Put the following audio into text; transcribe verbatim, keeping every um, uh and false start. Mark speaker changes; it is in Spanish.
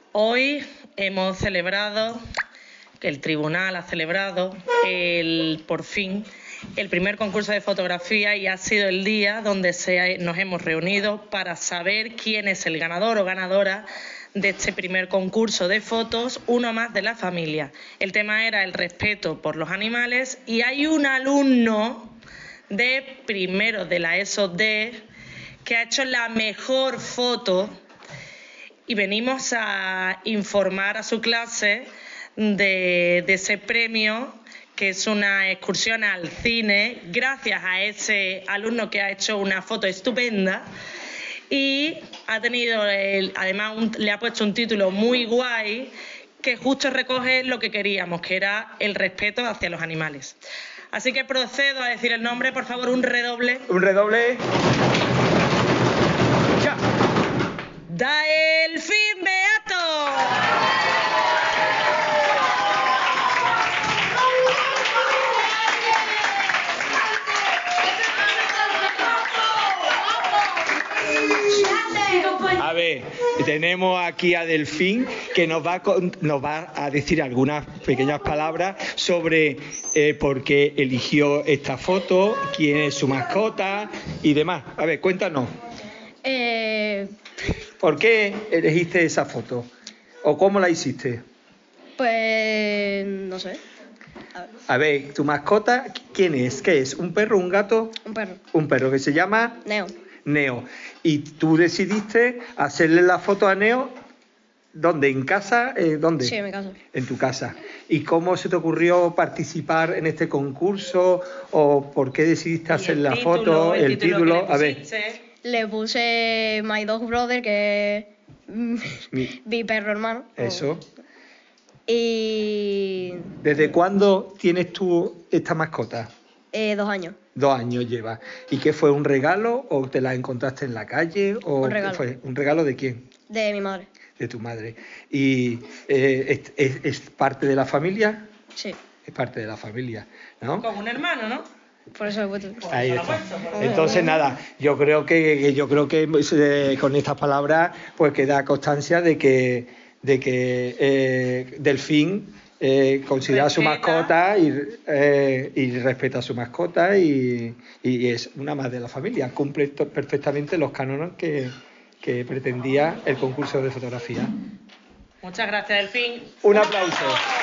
Speaker 1: Hoy hemos celebrado, que el tribunal ha celebrado, el, por fin, el primer concurso de fotografía y ha sido el día donde se, nos hemos reunido para saber quién es el ganador o ganadora de este primer concurso de fotos, uno más de la familia. El tema era el respeto por los animales y hay un alumno de primero de la ESO D que ha hecho la mejor foto y venimos a informar a su clase de, de ese premio, que es una excursión al cine, gracias a ese alumno que ha hecho una foto estupenda y ha tenido, el, además un, le ha puesto un título muy guay que justo recoge lo que queríamos, que era el respeto hacia los animales. Así que procedo a decir el nombre, por favor, un redoble.
Speaker 2: Un redoble. Ya.
Speaker 1: Delfín Beato.
Speaker 2: A ver, tenemos aquí a Delfín que nos va a, nos va a decir algunas pequeñas palabras sobre eh, por qué eligió esta foto, quién es su mascota y demás. A ver, cuéntanos.
Speaker 3: Eh,
Speaker 2: ¿Por qué elegiste esa foto? ¿O cómo la hiciste?
Speaker 3: pues no sé. A ver,
Speaker 2: A ver, ¿tu mascota quién es? ¿Qué es? ¿Un perro, un gato?
Speaker 3: un perro.
Speaker 2: Un perro que se llama
Speaker 3: Neo.
Speaker 2: Neo. Y tú decidiste hacerle la foto a Neo, ¿dónde? ¿En casa? Eh, ¿Dónde?
Speaker 3: Sí, en mi casa.
Speaker 2: En tu casa. ¿Y cómo se te ocurrió participar en este concurso? ¿O por qué decidiste hacer la
Speaker 1: título,
Speaker 2: foto?
Speaker 1: El,
Speaker 2: El
Speaker 1: título.
Speaker 2: título.
Speaker 1: que le
Speaker 2: A ver.
Speaker 1: pusiste.
Speaker 3: Le puse My Dog Brother, que es mm,
Speaker 2: Mi-
Speaker 3: mi perro hermano.
Speaker 2: Eso.
Speaker 3: Y
Speaker 2: ¿Desde cuándo tienes tú esta mascota?
Speaker 3: eh, dos años.
Speaker 2: Dos años lleva. ¿Y qué fue? ¿Un regalo o te la encontraste en la calle? O
Speaker 3: Un
Speaker 2: qué
Speaker 3: regalo.
Speaker 2: fue? ¿Un regalo de quién?
Speaker 3: De mi madre.
Speaker 2: De tu madre. ¿Y eh, es, es- es parte de la familia?
Speaker 3: Sí.
Speaker 2: Es parte de la familia, ¿no?
Speaker 1: Como un hermano, ¿no?
Speaker 3: Por eso he puesto.
Speaker 2: Ahí
Speaker 1: Eso lo
Speaker 2: está.
Speaker 1: he puesto, por
Speaker 2: Entonces nada, yo creo que que yo creo que eh, con estas palabras pues queda constancia de que de que eh, Delfín eh, considera a su
Speaker 1: Respeta.
Speaker 2: mascota y, eh, y respeta a su mascota y, y es una más de la familia, cumple to- perfectamente los cánones que, que pretendía el concurso de fotografía.
Speaker 1: Muchas gracias, Delfín.
Speaker 2: Un aplauso.